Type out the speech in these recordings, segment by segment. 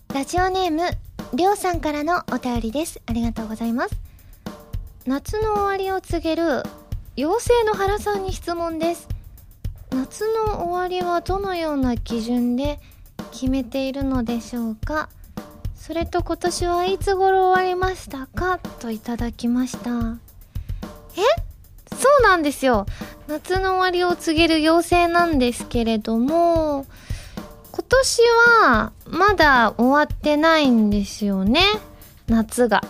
ラジオネームりょうさんからのお便りです。ありがとうございます。夏の終わりを告げる妖精の原さんに質問です。夏の終わりはどのような基準で決めているのでしょうか。それと今年はいつ頃終わりましたか、といただきました。そうなんですよ。夏の終わりを告げる妖精なんですけれども、今年はまだ終わってないんですよね、夏が。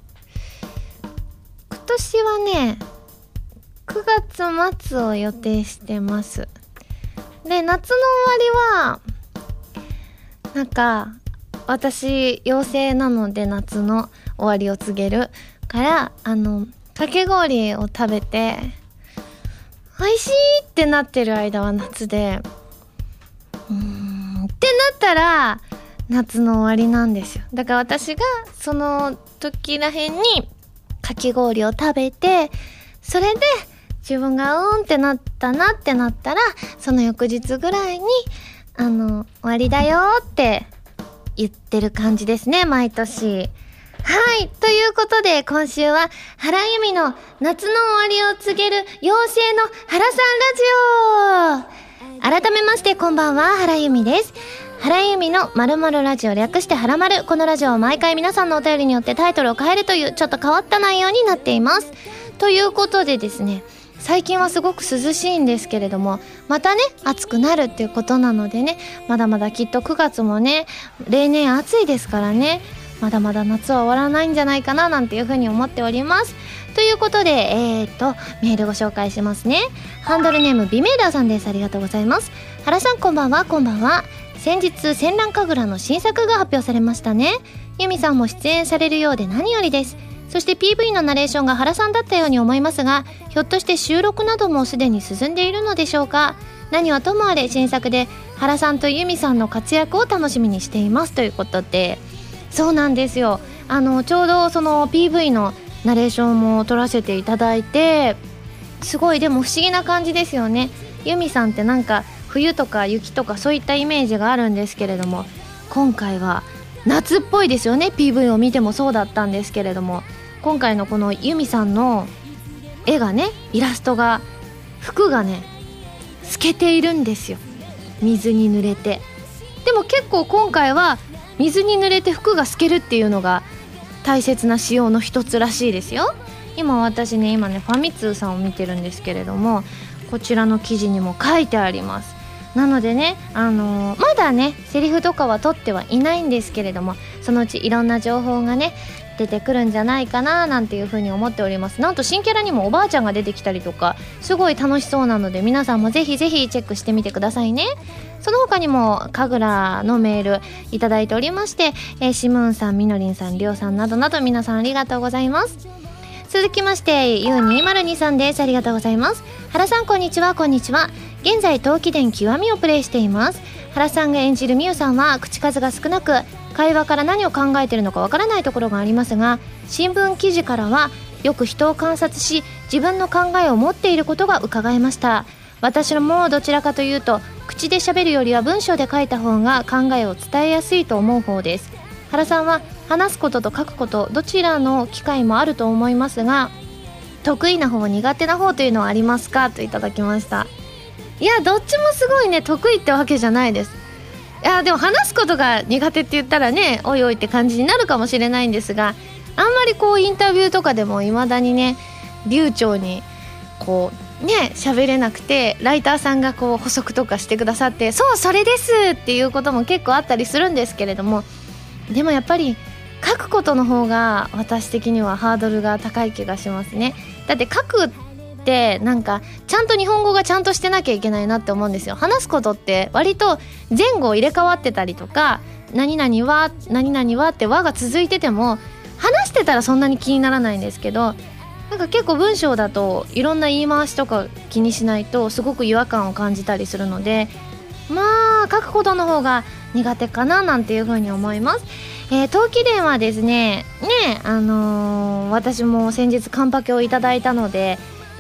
今年はね、9月末を予定してます。で、夏の終わりはなんか私妖精なので、夏の終わりを告げるからかき氷を食べて美味しいってなってる間は夏で、ってなったら夏の終わりなんですよ。だから私がその時らへんにかき氷を食べて、それで自分がってなったなってなったら、その翌日ぐらいに終わりだよって言ってる感じですね、毎年。はい。ということで、今週は原由美の夏の終わりを告げる妖精の原さんラジオ。改めましてこんばんは、原由美です。原由美の〇〇ラジオ、略して原〇。このラジオは毎回皆さんのお便りによってタイトルを変えるというちょっと変わった内容になっています。ということでですね、最近はすごく涼しいんですけれども、またね暑くなるっていうことなのでね、まだまだきっと9月もね、例年暑いですからね、まだまだ夏は終わらないんじゃないかななんていうふうに思っております。ということでメールご紹介しますね。ハンドルネームビメーダーさんです。ありがとうございます。原さんこんばんは。こんばんは。先日戦乱神楽の新作が発表されましたね。由美さんも出演されるようで何よりです。そして PV のナレーションが原さんだったように思いますが、ひょっとして収録などもすでに進んでいるのでしょうか。何はともあれ新作で原さんと由美さんの活躍を楽しみにしています、ということで。そうなんですよ。ちょうどその PV のナレーションも撮らせていただいて、すごいでも不思議な感じですよね。由美さんってなんか冬とか雪とかそういったイメージがあるんですけれども、今回は夏っぽいですよね。 PV を見てもそうだったんですけれども、今回のこの由美さんの絵がね、イラストが、服がね透けているんですよ、水に濡れて。でも結構今回は水に濡れて服が透けるっていうのが大切な仕様の一つらしいですよ。私ねファミ通さんを見てるんですけれども、こちらの記事にも書いてあります。なのでね、まだねセリフとかは取ってはいないんですけれども、そのうちいろんな情報がね出てくるんじゃないかななんていうふうに思っております。なんと新キャラにもおばあちゃんが出てきたりとか、すごい楽しそうなので、皆さんもぜひぜひチェックしてみてくださいね。その他にも神楽のメールいただいておりまして、シムーンさん、みのりんさん、りょうさんなどなど皆さんありがとうございます。続きましてゆう202さんです。ありがとうございます。原さんこんにちは。こんにちは。現在陶器伝極みをプレイしています。原さんが演じるみゆさんは口数が少なく、会話から何を考えているのかわからないところがありますが、新聞記事からはよく人を観察し自分の考えを持っていることが伺えました。私もどちらかというと口で喋るよりは文章で書いた方が考えを伝えやすいと思う方です。原さんは話すことと書くことどちらの機会もあると思いますが、得意な方苦手な方というのはありますか、といただきました。いやどっちもすごいね得意ってわけじゃないです。いやでも話すことが苦手って言ったらね、おいおいって感じになるかもしれないんですが、あんまりこうインタビューとかでも未だにね流暢にこうね喋れなくて、ライターさんがこう補足とかしてくださって、そうそれですっていうことも結構あったりするんですけれども、でもやっぱり書くことの方が私的にはハードルが高い気がしますね。だって書くってなんかちゃんと日本語がちゃんとしてなきゃいけないなって思うんですよ。話すことって割と前後入れ替わってたりとか、何々は何々はって和が続いてても話してたらそんなに気にならないんですけど、なんか結構文章だといろんな言い回しとか気にしないとすごく違和感を感じたりするので、まあ書くことの方が苦手かななんていうふうに思います。陶器伝はですね私も先日カンパケをいただいたので、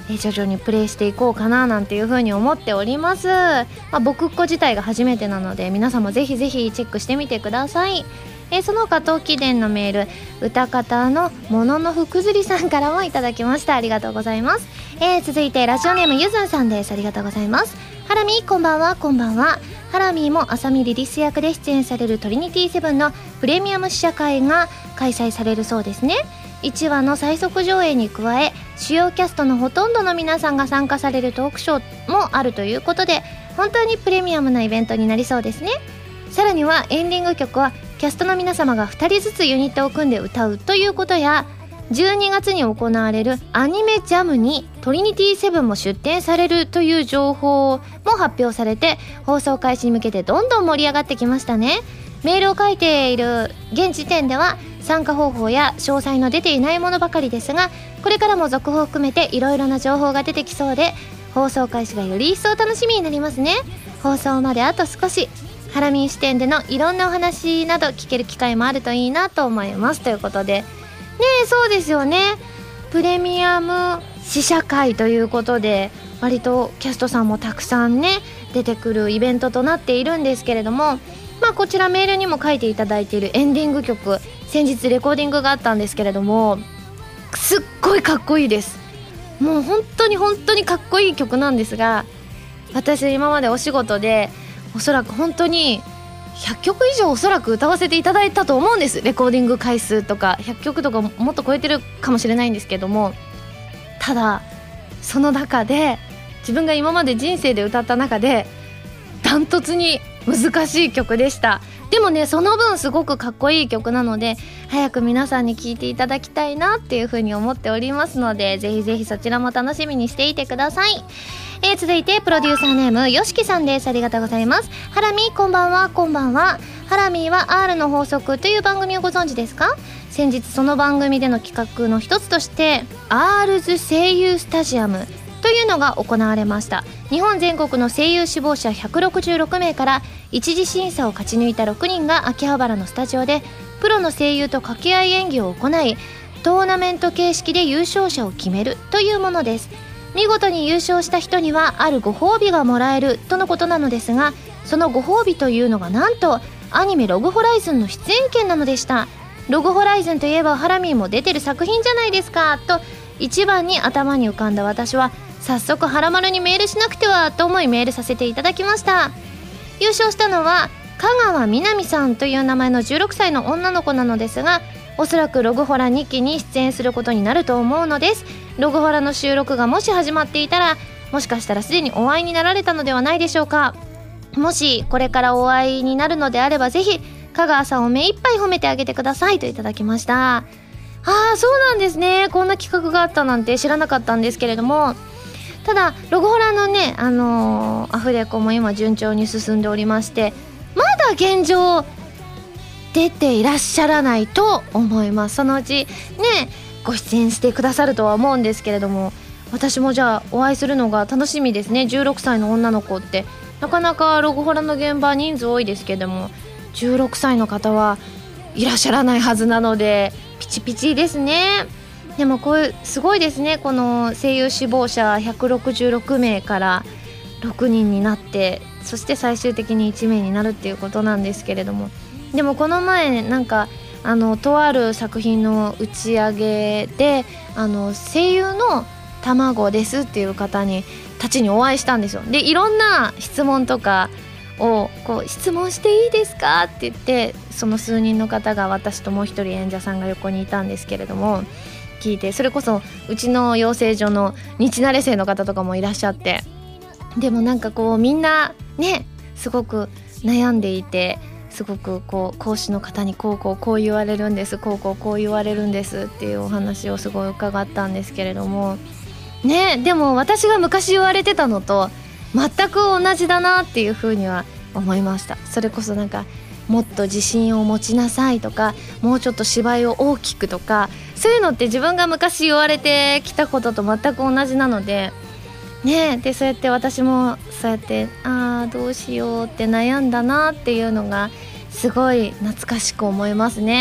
徐々にプレイしていこうかななんていう風に思っております。僕っ子自体が初めてなので皆さんもぜひぜひチェックしてみてください。その他陶器伝のメール、歌方のもののふくずりさんからもいただきました。ありがとうございます。続いてラジオネームゆずんさんです。ありがとうございます。ハラミこんばんは。こんばんは。ハラミーも浅見リリス役で出演されるトリニティセブンのプレミアム試写会が開催されるそうですね。1話の最速上映に加え主要キャストのほとんどの皆さんが参加されるトークショーもあるということで、本当にプレミアムなイベントになりそうですね。さらにはエンディング曲はキャストの皆様が2人ずつユニットを組んで歌うということや、12月に行われるアニメジャムにトリニティセブンも出展されるという情報も発表されて、放送開始に向けてどんどん盛り上がってきましたね。メールを書いている現時点では参加方法や詳細の出ていないものばかりですが、これからも続報を含めていろいろな情報が出てきそうで、放送開始がより一層楽しみになりますね。放送まであと少し、ハラミン視点でのいろんなお話など聞ける機会もあるといいなと思いますということでね。そうですよね、プレミアム試写会ということで割とキャストさんもたくさんね出てくるイベントとなっているんですけれども、こちらメールにも書いていただいているエンディング曲、先日レコーディングがあったんですけれども、すっごいかっこいいです。もう本当に本当にかっこいい曲なんですが、私今までお仕事でおそらく本当に100曲以上おそらく歌わせていただいたと思うんです。レコーディング回数とか100曲とかもっと超えてるかもしれないんですけども、ただその中で自分が今まで人生で歌った中でダントツに難しい曲でした。でもね、その分すごくかっこいい曲なので早く皆さんに聴いていただきたいなっていう風に思っておりますので、ぜひぜひそちらも楽しみにしていてください。続いてプロデューサーネームよしきさんです。ありがとうございます。ハラミこんばんは。こんばんは。ハラミは R の法則という番組をご存知ですか？先日その番組での企画の一つとして R's 声優スタジアムというのが行われました。日本全国の声優志望者166名から一次審査を勝ち抜いた6人が秋葉原のスタジオでプロの声優と掛け合い演技を行い、トーナメント形式で優勝者を決めるというものです。見事に優勝した人にはあるご褒美がもらえるとのことなのですが、そのご褒美というのがなんとアニメログホライズンの出演権なのでした。ログホライズンといえばハラミーも出てる作品じゃないですかと一番に頭に浮かんだ私は、早速ハラマルにメールしなくてはと思いメールさせていただきました。優勝したのは香川みなみさんという名前の16歳の女の子なのですが、おそらくログホラ2期に出演することになると思うのです。ログホラの収録がもし始まっていたら、もしかしたらすでにお会いになられたのではないでしょうか。もしこれからお会いになるのであれば、ぜひ香川さんを目いっぱい褒めてあげてくださいといただきました。そうなんですね。こんな企画があったなんて知らなかったんですけれども、ただログホラのね、アフレコも今順調に進んでおりまして、まだ現状出ていらっしゃらないと思います。そのうちねご出演してくださるとは思うんですけれども、私もじゃあお会いするのが楽しみですね。16歳の女の子ってなかなかログホラの現場人数多いですけども、16歳の方はいらっしゃらないはずなのでピチピチですね。でもこれすごいですね。この声優志望者166名から6人になって、そして最終的に1名になるっていうことなんですけれども、でもこの前なんかとある作品の打ち上げで声優の卵ですっていう方たちにお会いしたんですよ。でいろんな質問とかを質問していいですかって言って、その数人の方が私ともう一人演者さんが横にいたんですけれども聞いて、それこそうちの養成所の日慣れ生の方とかもいらっしゃって、でもなんかみんなねすごく悩んでいて、すごく講師の方にこう言われるんです、こう言われるんですっていうお話をすごい伺ったんですけれどもね。でも私が昔言われてたのと全く同じだなっていうふうには思いました。それこそなんかもっと自信を持ちなさいとか、もうちょっと芝居を大きくとか、そういうのって自分が昔言われてきたことと全く同じなのでね。でそうやって私もそうやってどうしようって悩んだなっていうのがすごい懐かしく思いますね。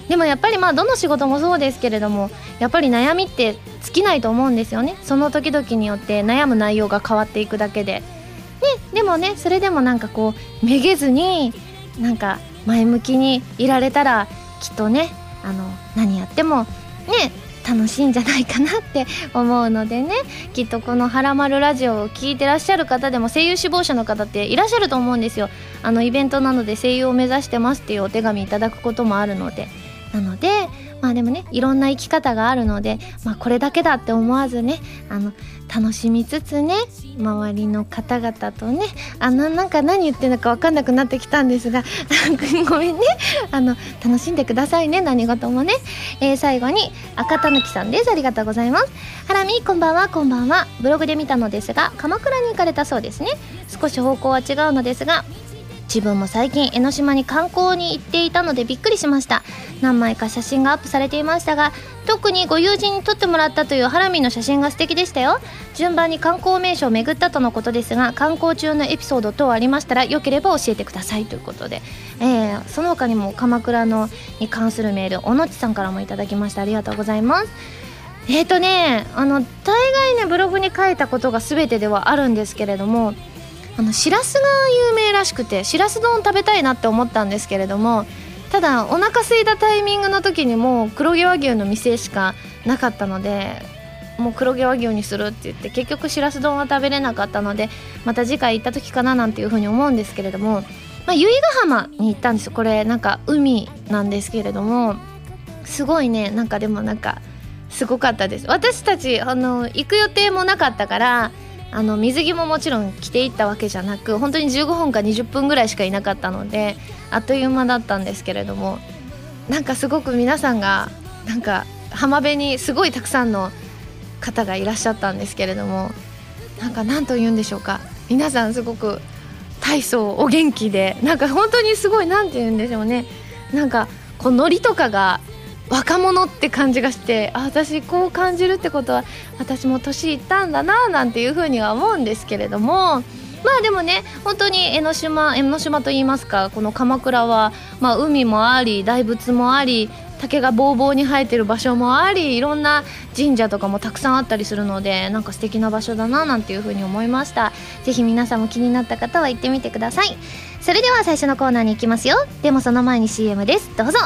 でもやっぱりどの仕事もそうですけれども、やっぱり悩みって尽きないと思うんですよね。その時々によって悩む内容が変わっていくだけで、でもね、それでもめげずに前向きにいられたら、きっとね何やってもね楽しいんじゃないかなって思うのでね、きっとこのはらまるラジオを聞いてらっしゃる方でも声優志望者の方っていらっしゃると思うんですよ。イベントなどで声優を目指してますっていうお手紙いただくこともあるので、でもね、いろんな生き方があるので、これだけだって思わずね、楽しみつつね、周りの方々とね、何言ってるのか分かんなくなってきたんですがごめんね、楽しんでくださいね、何事もね。最後に赤たぬきさんです。ありがとうございます。ハラミこんばんは。こんばんは。ブログで見たのですが、鎌倉に行かれたそうですね。少し方向は違うのですが、自分も最近江ノ島に観光に行っていたのでびっくりしました。何枚か写真がアップされていましたが、特にご友人に撮ってもらったというハラミの写真が素敵でしたよ。順番に観光名所を巡ったとのことですが、観光中のエピソード等ありましたらよければ教えてくださいということで、その他にも鎌倉に関するメール、おのちさんからもいただきました。ありがとうございます。大概ねブログに書いたことが全てではあるんですけれども、しらすが有名らしくて、しらす丼食べたいなって思ったんですけれども、ただお腹空いたタイミングの時にもう黒毛和牛の店しかなかったので、もう黒毛和牛にするって言って結局しらす丼は食べれなかったので、また次回行った時かななんていうふうに思うんですけれども、由比ヶ浜に行ったんですよ。これ海なんですけれども、すごいね、でもすごかったです。私たち行く予定もなかったから、水着ももちろん着ていったわけじゃなく、本当に15分か20分ぐらいしかいなかったので、あっという間だったんですけれども、すごく皆さんが浜辺にすごいたくさんの方がいらっしゃったんですけれども、なんと言うんでしょうか、皆さんすごく大層お元気で、本当にすごい、なんて言うんでしょうね、ノリとかが若者って感じがして、私こう感じるってことは私も年いったんだななんていうふうには思うんですけれども、でもね、本当に江ノ島といいますか、この鎌倉は、海もあり大仏もあり竹がぼうぼうに生えてる場所もあり、いろんな神社とかもたくさんあったりするので、素敵な場所だななんていうふうに思いました。ぜひ皆さんも気になった方は行ってみてください。それでは最初のコーナーに行きますよ。でもその前に CM です。どうぞ。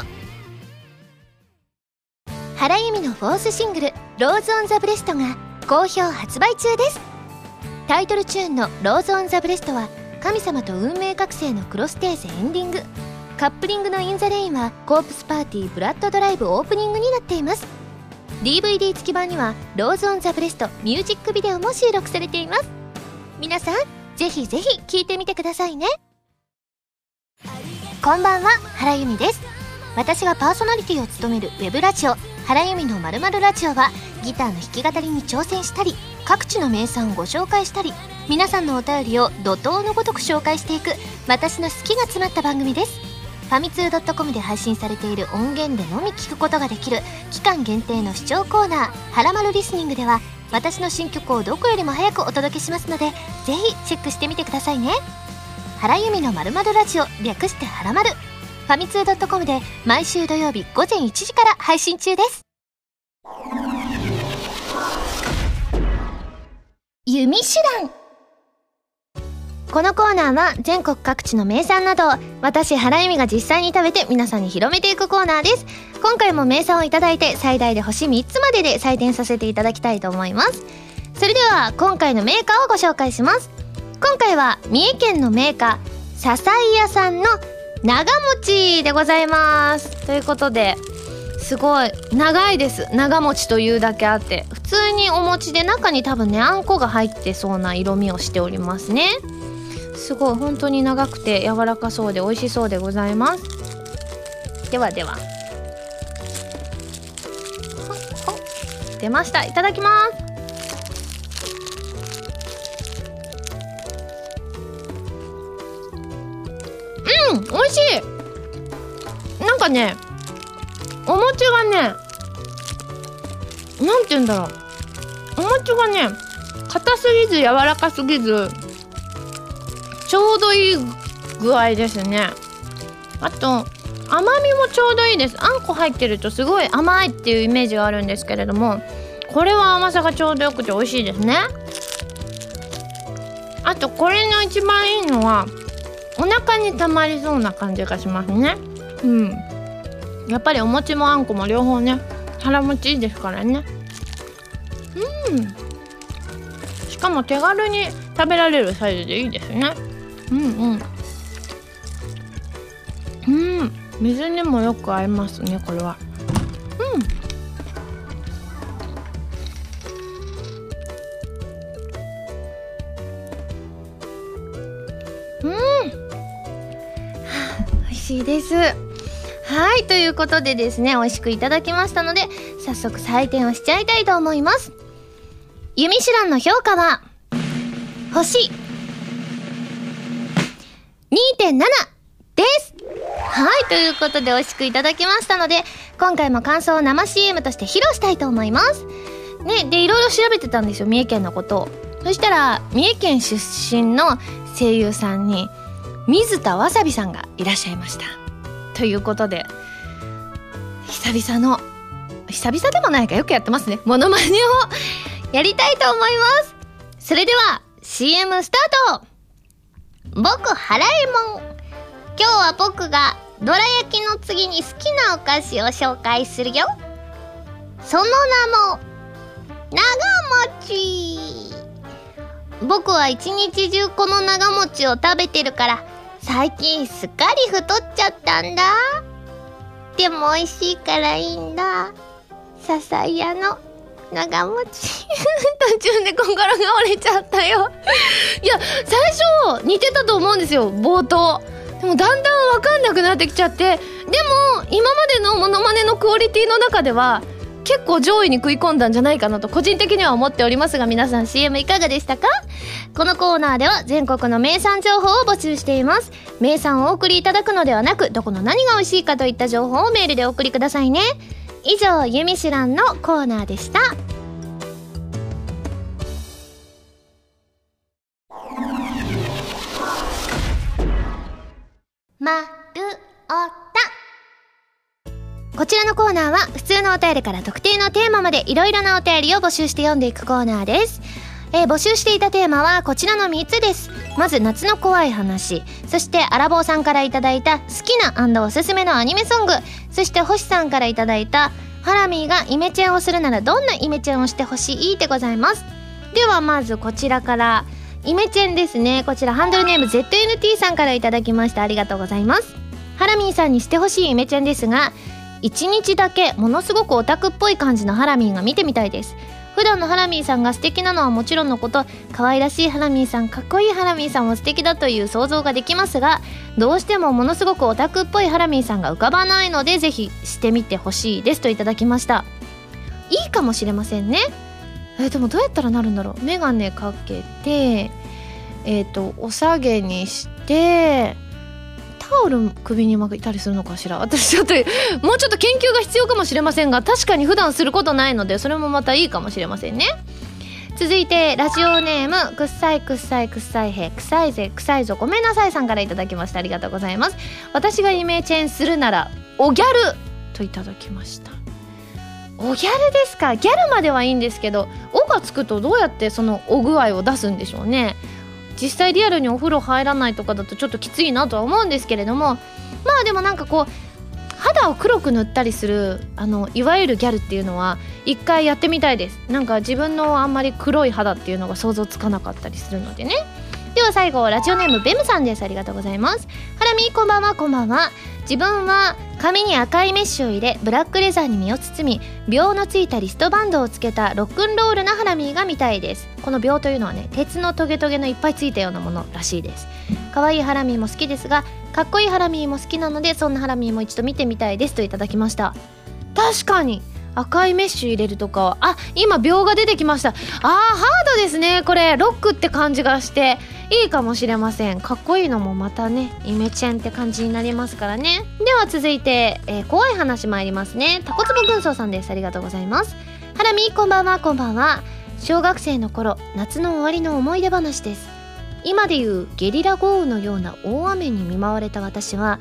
原由美のフォースシングル「ローズ・オン・ザ・ブレスト」が好評発売中です。タイトルチューンの「ローズ・オン・ザ・ブレスト」は神様と運命覚醒のクロステーゼエンディング、カップリングの「イン・ザ・レイン」はコープスパーティーブラッドドライブオープニングになっています。 DVD 付き版には「ローズ・オン・ザ・ブレスト」ミュージックビデオも収録されています。皆さんぜひぜひ聴いてみてくださいね。こんばんは、原由美です。私がパーソナリティを務めるウェブラジオ原由美の〇〇ラジオは、ギターの弾き語りに挑戦したり、各地の名産をご紹介したり、皆さんのお便りを怒涛のごとく紹介していく私の好きが詰まった番組です。ファミツー .com で配信されている音源でのみ聞くことができる期間限定の視聴コーナー「はらまるリスニング」では、私の新曲をどこよりも早くお届けしますので、ぜひチェックしてみてくださいね。原由美の〇〇ラジオ、略してはらまる。ファミツー .com で毎週土曜日午前1時から配信中です。ゆみしゅらん。このコーナーは全国各地の名産などを私原由美が実際に食べて皆さんに広めていくコーナーです。今回も名産をいただいて最大で星3つまでで採点させていただきたいと思います。それでは今回のメーカーをご紹介します。今回は三重県のメーカー笹井屋さんの長餅でございます。ということで、すごい長いです。長餅というだけあって、普通にお餅で中に多分ね、あんこが入ってそうな色味をしておりますね。すごい本当に長くて柔らかそうで美味しそうでございます。ではでは、出ました。いただきます。美味しい。なんかね、お餅がね、なんて言うんだろう、お餅がね、硬すぎず柔らかすぎずちょうどいい具合ですね。あと甘みもちょうどいいです。あんこ入ってるとすごい甘いっていうイメージがあるんですけれども、これは甘さがちょうどよくて美味しいですね。あとこれの一番いいのはお腹に溜まりそうな感じがしますね。やっぱりお餅もあんこも両方ね腹持ちいいですからね。しかも手軽に食べられるサイズでいいですね。水にもよく合いますね、これは。美味しいです。はい、ということでですね、美味しくいただきましたので、早速採点をしちゃいたいと思います。ユミシュランの評価は星 2.7 です。はい、ということで美味しくいただきましたので、今回も感想を生 CM として披露したいと思いますね。で、いろいろ調べてたんですよ、三重県のことを。そしたら三重県出身の声優さんに水田わさびさんがいらっしゃいました。ということで久々でもないか、よくやってますね、モノマネをやりたいと思います。それでは CM スタート。僕原えもん、今日は僕がどら焼きの次に好きなお菓子を紹介するよ。その名も長餅。僕は一日中この長餅を食べてるから最近すっかり太っちゃったんだ。でも美味しいからいいんだ。笹屋の長餅途中で心が折れちゃったよいや、最初似てたと思うんですよ、冒頭。でもだんだん分かんなくなってきちゃって、でも今までのモノマネのクオリティの中では結構上位に食い込んだんじゃないかなと個人的には思っておりますが、皆さん CM いかがでしたか？このコーナーでは全国の名産情報を募集しています。名産をお送りいただくのではなく、どこの何が美味しいかといった情報をメールでお送りくださいね。以上、ユミシュランのコーナーでした。まるおた。こちらのコーナーは普通のお便りから特定のテーマまでいろいろなお便りを募集して読んでいくコーナーです。募集していたテーマはこちらの3つです。まず夏の怖い話、そしてアラボーさんからいただいた好きなおすすめのアニメソング、そして星さんからいただいたハラミーがイメチェンをするならどんなイメチェンをしてほしいでございます。ではまずこちらからイメチェンですね。こちらハンドルネーム ZNT さんからいただきました。ありがとうございます。ハラミーさんにしてほしいイメチェンですが、1日だけものすごくオタクっぽい感じのハラミーが見てみたいです。普段のハラミーさんが素敵なのはもちろんのこと、可愛らしいハラミーさん、かっこいいハラミーさんも素敵だという想像ができますが、どうしてもものすごくオタクっぽいハラミーさんが浮かばないので、ぜひしてみてほしいですといただきました。いいかもしれませんね。でもどうやったらなるんだろう。メガネかけてお下げにしてタオル首に巻いたりするのかしら。私ちょっともうちょっと研究が必要かもしれませんが、確かに普段することないのでそれもまたいいかもしれませんね。続いてラジオネームくっさいくっさいくっさいへ臭いぜ臭いぞごめんなさいさんからいただきました。ありがとうございます。私がイメチェンするならおギャルといただきました。おギャルですか。ギャルまではいいんですけど、おがつくとどうやってそのお具合を出すんでしょうね。実際リアルにお風呂入らないとかだとちょっときついなとは思うんですけれども、まあでもなんかこう肌を黒く塗ったりするいわゆるギャルっていうのは一回やってみたいです。なんか自分のあんまり黒い肌っていうのが想像つかなかったりするのでね。では最後ラジオネームベムさんです。ありがとうございます。ハラミこんばんは。こんばんは。自分は髪に赤いメッシュを入れブラックレザーに身を包み秒のついたリストバンドをつけたロックンロールなハラミーが見たいです。この秒というのはね、鉄のトゲトゲのいっぱいついたようなものらしいです。可愛いハラミーも好きですが、かっこいいハラミーも好きなので、そんなハラミーも一度見てみたいですといただきました。確かに赤いメッシュ入れるとかは、今秒が出てきました。ハードですね。これロックって感じがしていいかもしれません。かっこいいのもまたねイメチェンって感じになりますからね。では続いて、怖い話参りますね。タコツボ軍曹さんです。ありがとうございます。ハラミこんばんは。こんばんは。小学生の頃、夏の終わりの思い出話です。今でいうゲリラ豪雨のような大雨に見舞われた私は、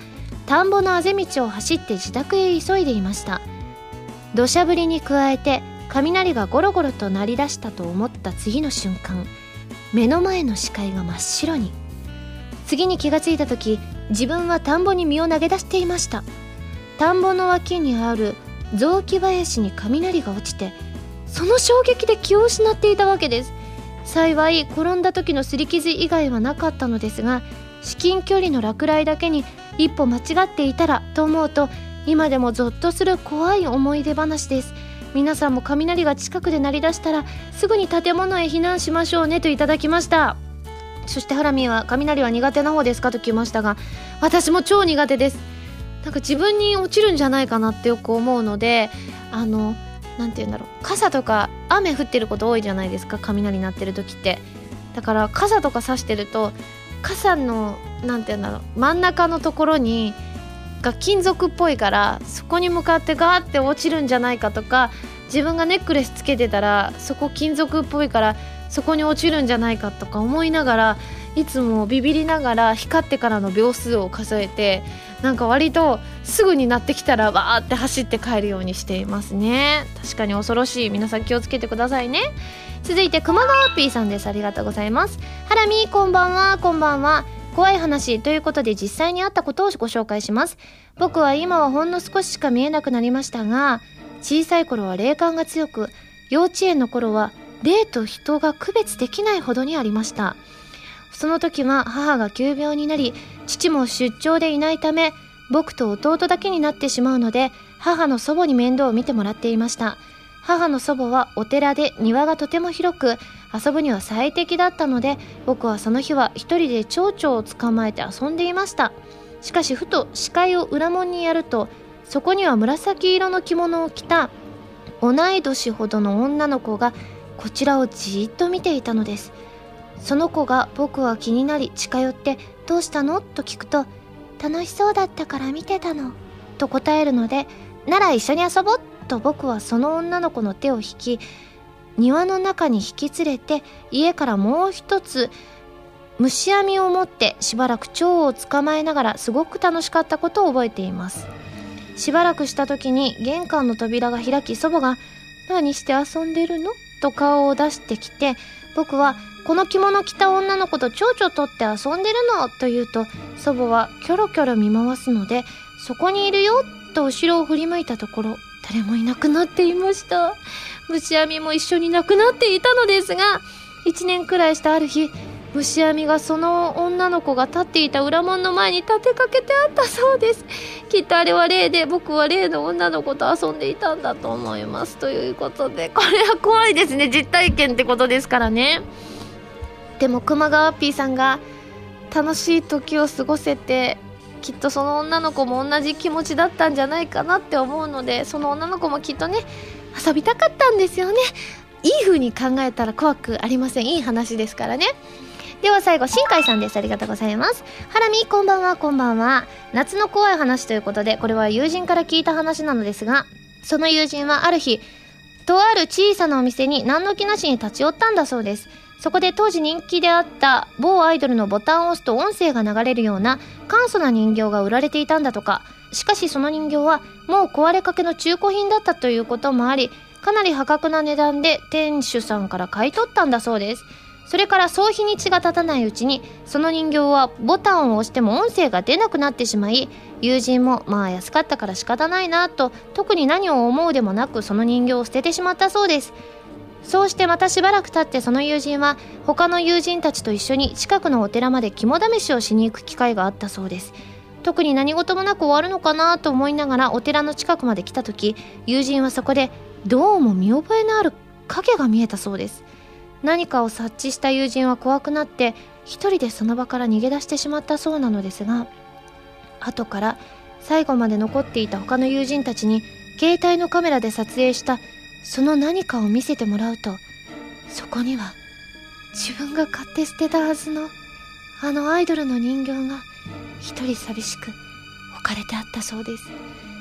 田んぼのあぜ道を走って自宅へ急いでいました。土砂降りに加えて雷がゴロゴロと鳴り出したと思った次の瞬間、目の前の視界が真っ白に。次に気がついた時、自分は田んぼに身を投げ出していました。田んぼの脇にある雑木林に雷が落ちて、その衝撃で気を失っていたわけです。幸い転んだ時の擦り傷以外はなかったのですが、至近距離の落雷だけに一歩間違っていたらと思うと、今でもゾッとする怖い思い出話です。皆さんも雷が近くで鳴り出したらすぐに建物へ避難しましょうね、といただきました。そしてハラミーは雷は苦手な方ですかと聞きましたが、私も超苦手です。なんか自分に落ちるんじゃないかなってよく思うので、なんて言うんだろう、傘とか雨降ってること多いじゃないですか、雷鳴ってる時って。だから傘とか差してると、傘のなんて言うんだろう、真ん中のところにが金属っぽいから、そこに向かってガーって落ちるんじゃないかとか、自分がネックレスつけてたらそこ金属っぽいからそこに落ちるんじゃないかとか思いながら、いつもビビりながら光ってからの秒数を数えて、なんか割とすぐになってきたらわーって走って帰るようにしていますね。確かに恐ろしい。皆さん気をつけてくださいね。続いて熊川ピーさんです。ありがとうございます。ハラミこんばんは。こんばんは。怖い話ということで実際にあったことをご紹介します。僕は今はほんの少ししか見えなくなりましたが、小さい頃は霊感が強く、幼稚園の頃は霊と人が区別できないほどにありました。その時は母が急病になり、父も出張でいないため、僕と弟だけになってしまうので、母の祖母に面倒を見てもらっていました。母の祖母はお寺で庭がとても広く、遊ぶには最適だったので、僕はその日は一人で蝶々を捕まえて遊んでいました。しかしふと視界を裏門にやると、そこには紫色の着物を着た同い年ほどの女の子がこちらをじーっと見ていたのです。その子が僕は気になり近寄って、どうしたのと聞くと、楽しそうだったから見てたのと答えるので、なら一緒に遊ぼうと僕はその女の子の手を引き、庭の中に引き連れて、家からもう一つ虫網を持ってしばらく蝶を捕まえながら、すごく楽しかったことを覚えています。しばらくした時に玄関の扉が開き、祖母が何して遊んでるのと顔を出してきて、僕はこの着物着た女の子と蝶々取って遊んでるのと言うと、祖母はキョロキョロ見回すので、そこにいるよと後ろを振り向いたところ、誰もいなくなっていました。虫網も一緒になくなっていたのですが、1年くらいしたある日、虫網がその女の子が立っていた裏門の前に立てかけてあったそうです。きっとあれは霊で、僕は霊の女の子と遊んでいたんだと思います。ということで、これは怖いですね。実体験ってことですからね。でも熊川 P さんが楽しい時を過ごせて、きっとその女の子も同じ気持ちだったんじゃないかなって思うので、その女の子もきっとね、遊びたかったんですよね。いい風に考えたら怖くありません。いい話ですからね。では最後、新海さんです。ありがとうございます。ハラミこんばんは。こんばんは。夏の怖い話ということで、これは友人から聞いた話なのですが、その友人はある日、とある小さなお店に何の気なしに立ち寄ったんだそうです。そこで当時人気であった某アイドルのボタンを押すと音声が流れるような簡素な人形が売られていたんだとか。しかしその人形はもう壊れかけの中古品だったということもあり、かなり破格な値段で店主さんから買い取ったんだそうです。それからそう日にちが経たないうちに、その人形はボタンを押しても音声が出なくなってしまい、友人もまあ安かったから仕方ないなと、特に何を思うでもなくその人形を捨ててしまったそうです。そうしてまたしばらく経って、その友人は他の友人たちと一緒に近くのお寺まで肝試しをしに行く機会があったそうです。特に何事もなく終わるのかなと思いながらお寺の近くまで来た時、友人はそこでどうも見覚えのある影が見えたそうです。何かを察知した友人は怖くなって一人でその場から逃げ出してしまったそうなのですが、後から最後まで残っていた他の友人たちに携帯のカメラで撮影したその何かを見せてもらうと、そこには自分が買って捨てたはずのあのアイドルの人形が一人寂しく置かれてあったそうです。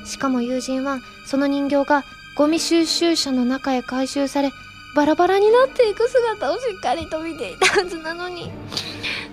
しかも友人はその人形がゴミ収集車の中へ回収されバラバラになっていく姿をしっかりと見ていたはずなのに、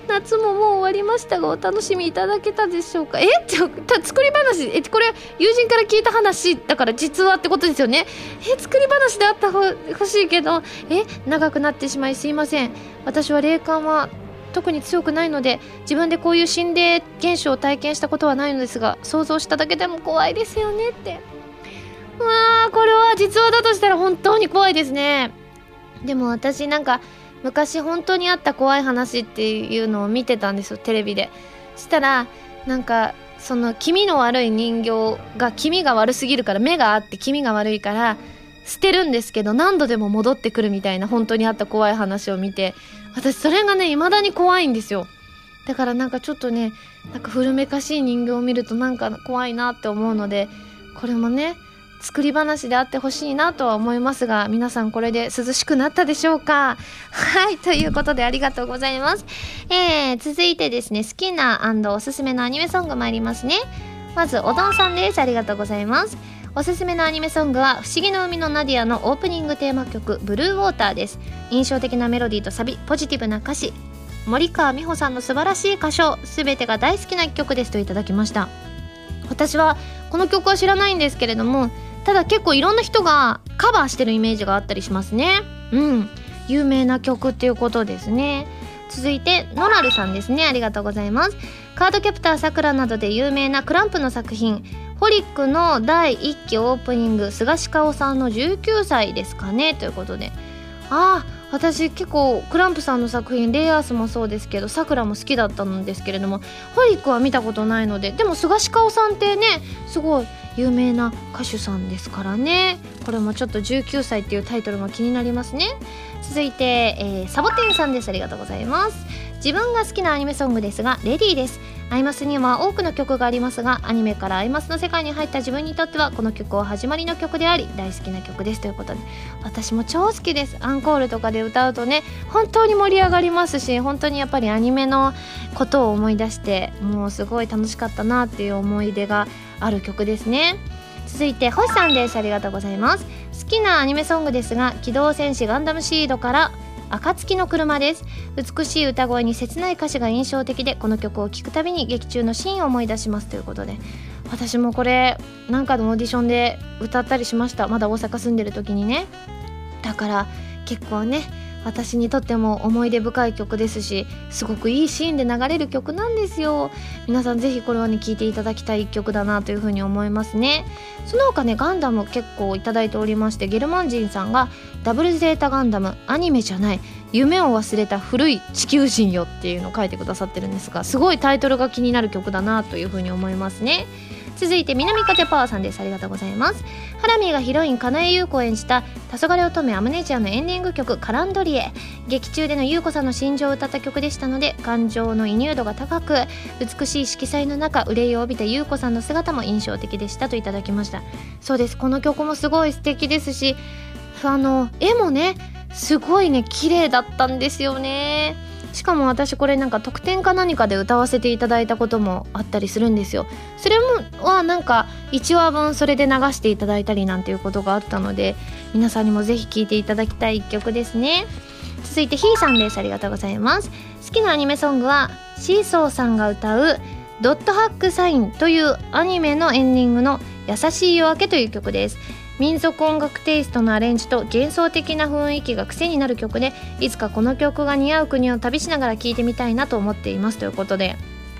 夏ももう終わりましたがお楽しみいただけたでしょうか。作り話、これ友人から聞いた話だから実話ってことですよね。作り話であったほしいけど長くなってしまいすいません。私は霊感は特に強くないので自分でこういう心霊現象を体験したことはないのですが、想像しただけでも怖いですよねって。これは実話だとしたら本当に怖いですね。でも私なんか昔本当にあった怖い話っていうのを見てたんですよ、テレビで。したらなんかその気味の悪い人形が気味が悪すぎるから、目があって気味が悪いから捨てるんですけど何度でも戻ってくるみたいな本当にあった怖い話を見て、私それがね未だに怖いんですよ。だからなんかちょっとね、なんか古めかしい人形を見るとなんか怖いなって思うので、これもね作り話であってほしいなとは思いますが、皆さんこれで涼しくなったでしょうか。はい、ということでありがとうございます。続いてですね、好きな&おすすめのアニメソング参りますね。まずおどんさんです。ありがとうございます。おすすめのアニメソングは不思議の海のナディアのオープニングテーマ曲ブルーウォーターです。印象的なメロディーとサビ、ポジティブな歌詞、森川美穂さんの素晴らしい歌唱、すべてが大好きな一曲ですといただきました。私はこの曲は知らないんですけれども、ただ結構いろんな人がカバーしてるイメージがあったりしますね。有名な曲っていうことですね。続いてノラルさんですね。ありがとうございます。カードキャプターさくらなどで有名なクランプの作品、ホリックの第1期オープニング、菅氏香さんの19歳ですかねということで、私結構クランプさんの作品、レイアースもそうですけどさくらも好きだったんですけれども、ホリックは見たことないので、でも菅氏香さんってねすごい有名な歌手さんですからね。これもちょっと19歳っていうタイトルも気になりますね。続いて、サボテンさんです。ありがとうございます。自分が好きなアニメソングですがレディーです。アイマスには多くの曲がありますが、アニメからアイマスの世界に入った自分にとってはこの曲は始まりの曲であり大好きな曲ですということで、私も超好きです。アンコールとかで歌うとね本当に盛り上がりますし、本当にやっぱりアニメのことを思い出してもうすごい楽しかったなっていう思い出がある曲ですね。続いて星さんです。ありがとうございます。好きなアニメソングですが、機動戦士ガンダムシードから暁の車です。美しい歌声に切ない歌詞が印象的で、この曲を聴くたびに劇中のシーンを思い出しますということで、私もこれなんかのオーディションで歌ったりしました。まだ大阪住んでる時にね。だから結構ね私にとっても思い出深い曲ですし、すごくいいシーンで流れる曲なんですよ。皆さんぜひこれはね聴いていただきたい一曲だなというふうに思いますね。その他ねガンダム結構いただいておりまして、ゲルマン人さんがダブルゼータガンダムアニメじゃない夢を忘れた古い地球人よっていうのを書いてくださってるんですが、すごいタイトルが気になる曲だなというふうに思いますね。続いて南風パワーさんです。ありがとうございます。ハラミーがヒロイン金井優子を演じた黄昏乙女アムネジアのエンディング曲カランドリエ、劇中での優子さんの心情を歌った曲でしたので、感情の移入度が高く美しい色彩の中憂いを帯びた優子さんの姿も印象的でしたといただきました。そうです、この曲もすごい素敵ですし、絵もねすごいね綺麗だったんですよね。しかも私これなんか特典か何かで歌わせていただいたこともあったりするんですよ。それはなんか1話分それで流していただいたりなんていうことがあったので、皆さんにもぜひ聴いていただきたい一曲ですね。続いてひーさんです。ありがとうございます。好きなアニメソングはシーソーさんが歌うドットハックサインというアニメのエンディングの優しい夜明けという曲です。民族音楽テイストのアレンジと幻想的な雰囲気が癖になる曲で、いつかこの曲が似合う国を旅しながら聴いてみたいなと思っていますということで、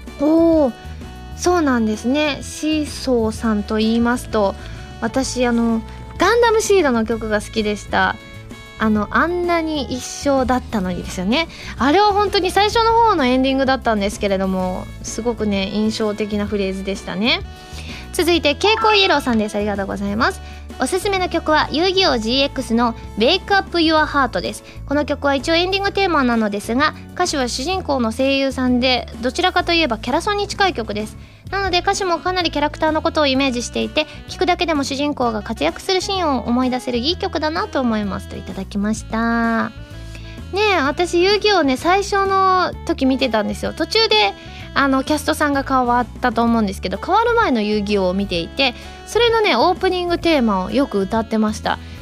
そうなんですね。シーソーさんと言いますと、私ガンダムシードの曲が好きでした。あんなに一生だったのにですよね。あれは本当に最初の方のエンディングだったんですけれども、すごくね印象的なフレーズでしたね。続いてケイコイエローさんです。ありがとうございます。おすすめの曲は遊戯王 GX の Wake Up Your Heart です。この曲は一応エンディングテーマなのですが、歌詞は主人公の声優さんで、どちらかといえばキャラソンに近い曲です。なので歌詞もかなりキャラクターのことをイメージしていて、聴くだけでも主人公が活躍するシーンを思い出せるいい曲だなと思いますといただきましたね。私遊戯王ね最初の時見てたんですよ。途中でキャストさんが変わったと思うんですけど、変わる前の遊戯王を見ていて、それのねオープニングテーマをよく歌ってました。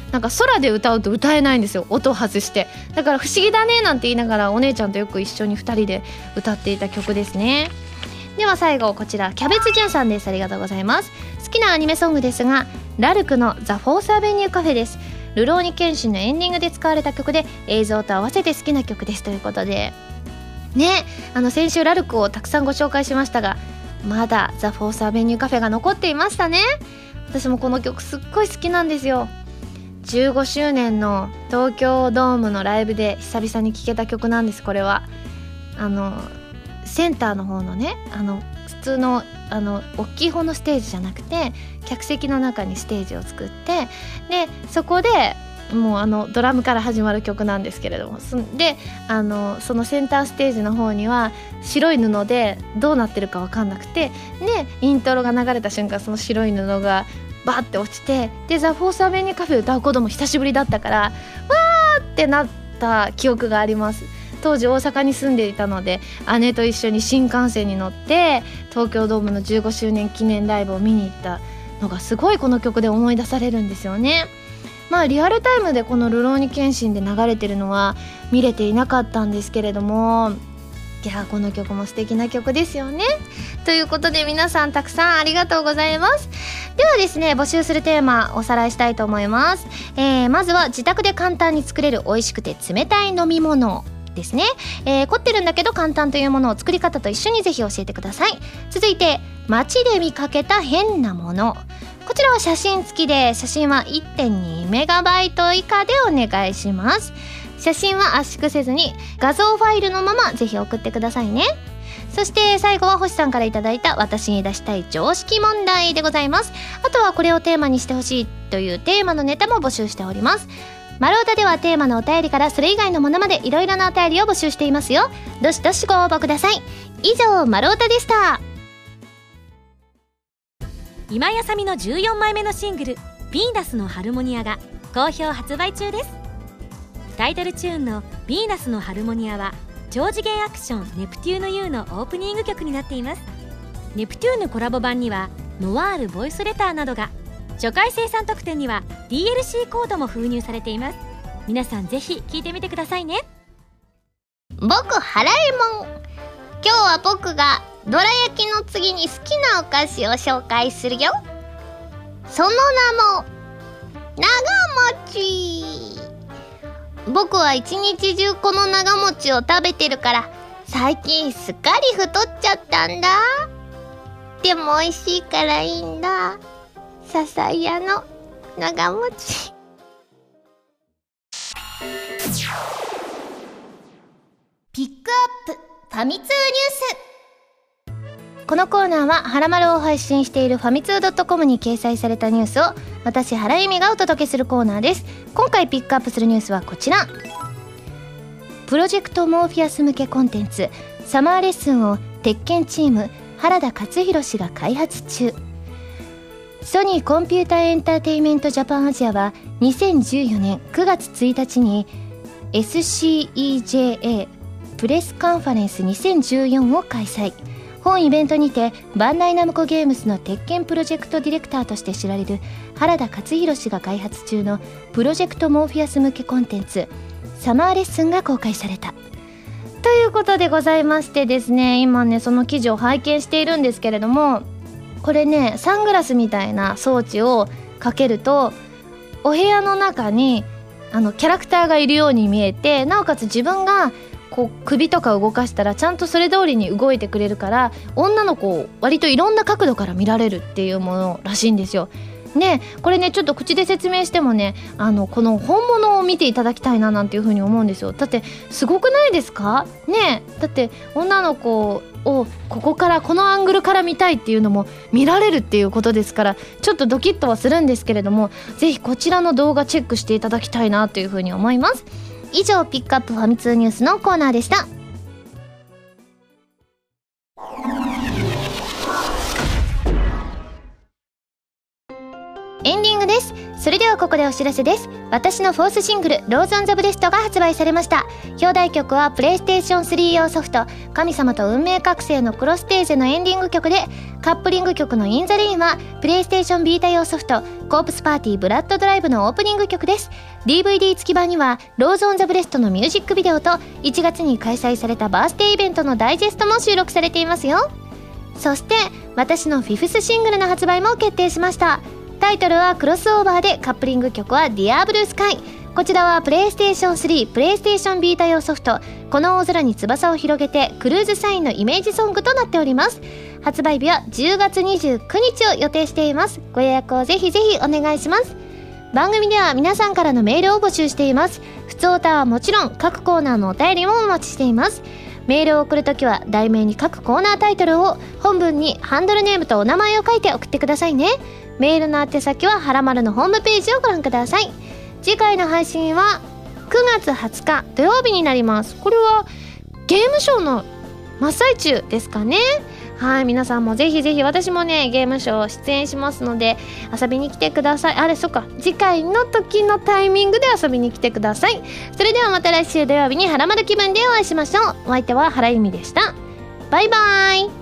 なんか空で歌うと歌えないんですよ、音を外して。だから不思議だねなんて言いながらお姉ちゃんとよく一緒に2人で歌っていた曲ですね。では最後こちらキャベツジュンさんです。ありがとうございます。好きなアニメソングですがラルクのザ・フォースアベニューカフェです。ルローニケンシンのエンディングで使われた曲で映像と合わせて好きな曲ですということでね、先週ラルクをたくさんご紹介しましたがまだザ・フォースアベニューカフェが残っていましたね。私もこの曲すっごい好きなんですよ。15周年の東京ドームのライブで久々に聴けた曲なんです。これはセンターの方のね普通の大きい方のステージじゃなくて客席の中にステージを作ってでそこでもうドラムから始まる曲なんですけれどもでそのセンターステージの方には白い布でどうなってるか分かんなくてでイントロが流れた瞬間その白い布がバーって落ちてでザ・フォースアベニューカフェ歌うことも久しぶりだったからわーってなった記憶があります。当時大阪に住んでいたので姉と一緒に新幹線に乗って東京ドームの15周年記念ライブを見に行ったのがすごいこの曲で思い出されるんですよね。まあリアルタイムでこのルローニケンシンで流れてるのは見れていなかったんですけれどもいやこの曲も素敵な曲ですよね。ということで皆さんたくさんありがとうございます。ではですね募集するテーマおさらいしたいと思います。まずは自宅で簡単に作れる美味しくて冷たい飲み物ですね。凝ってるんだけど簡単というものを作り方と一緒にぜひ教えてください。続いて街で見かけた変なもの、こちらは写真付きで写真は 1.2 メガバイト以下でお願いします。写真は圧縮せずに画像ファイルのままぜひ送ってくださいね。そして最後は星さんからいただいた私に出したい常識問題でございます。あとはこれをテーマにしてほしいというテーマのネタも募集しております。マロータではテーマのお便りからそれ以外のものまでいろいろなお便りを募集していますよ。どしどしご応募ください。以上マロータでした。 今井あさみの14枚目のシングル「ヴィーナスのハルモニア」が好評発売中です。タイトルチューンの「ヴィーナスのハルモニア」は超次元アクションネプテューヌ U のオープニング曲になっています。ネプテューヌコラボ版にはノワールボイスレターなどが、初回生産特典には DLC コードも封入されています。皆さんぜひ聴いてみてくださいね。 僕ハラえもん、今日は僕がどら焼きの次に好きなお菓子を紹介するよ。その名も長餅。僕は一日中この長餅を食べてるから最近すっかり太っちゃったんだ。でも美味しいからいいんだ。笹屋の長餅。ピックアップファミ通ニュース。このコーナーはハラマルを配信しているファミツー .com に掲載されたニュースを私原由美がお届けするコーナーです。今回ピックアップするニュースはこちら。プロジェクトモーフィアス向けコンテンツサマーレッスンを鉄拳チーム原田勝弘氏が開発中。ソニーコンピューターエンターテイメントジャパンアジアは2014年9月1日に SCEJA プレスカンファレンス2014を開催。本イベントにてバンダイナムコゲームズの鉄拳プロジェクトディレクターとして知られる原田勝弘氏が開発中のプロジェクトモーフィアス向けコンテンツサマーレッスンが公開されたということでございましてですね、今ねその記事を拝見しているんですけれども、これねサングラスみたいな装置をかけるとお部屋の中にキャラクターがいるように見えて、なおかつ自分がこう首とか動かしたらちゃんとそれ通りに動いてくれるから女の子を割といろんな角度から見られるっていうものらしいんですよ。ね、これねちょっと口で説明してもねこの本物を見ていただきたいななんていう風に思うんですよ。だってすごくないですかね。だって女の子をここからこのアングルから見たいっていうのも見られるっていうことですから、ちょっとドキッとはするんですけれども、ぜひこちらの動画チェックしていただきたいなという風に思います。以上ピックアップファミ通ニュースのコーナーでした。 エンディングです。それではここでお知らせです。私のフォースシングルローズオンザブレストが発売されました。表題曲はプレイステーション3用ソフト神様と運命覚醒のクロステーゼのエンディング曲で、カップリング曲のインザレインはプレイステーションビータ用ソフトコープスパーティーブラッドドライブのオープニング曲です。 DVD 付き版にはローズオンザブレストのミュージックビデオと1月に開催されたバースデーイベントのダイジェストも収録されていますよ。そして私のフィフスシングルの発売も決定しました。タイトルはクロスオーバーで、カップリング曲はディアブルースカイ。こちらはプレイステーション3プレイステーションビータ用ソフトこの大空に翼を広げてクルーズサインのイメージソングとなっております。発売日は10月29日を予定しています。ご予約をぜひぜひお願いします。番組では皆さんからのメールを募集しています。ふつおたはもちろん各コーナーのお便りもお待ちしています。メールを送るときは題名に各コーナータイトルを、本文にハンドルネームとお名前を書いて送ってくださいね。メールの宛先ははらまるのホームページをご覧ください。次回の配信は9月20日土曜日になります。これはゲームショーの真っ最中ですかね。はい、皆さんもぜひぜひ、私もねゲームショー出演しますので遊びに来てください。あれ、そっか、次回の時のタイミングで遊びに来てください。それではまた来週土曜日にはらまる気分でお会いしましょう。お相手は原由美でした。バイバイ。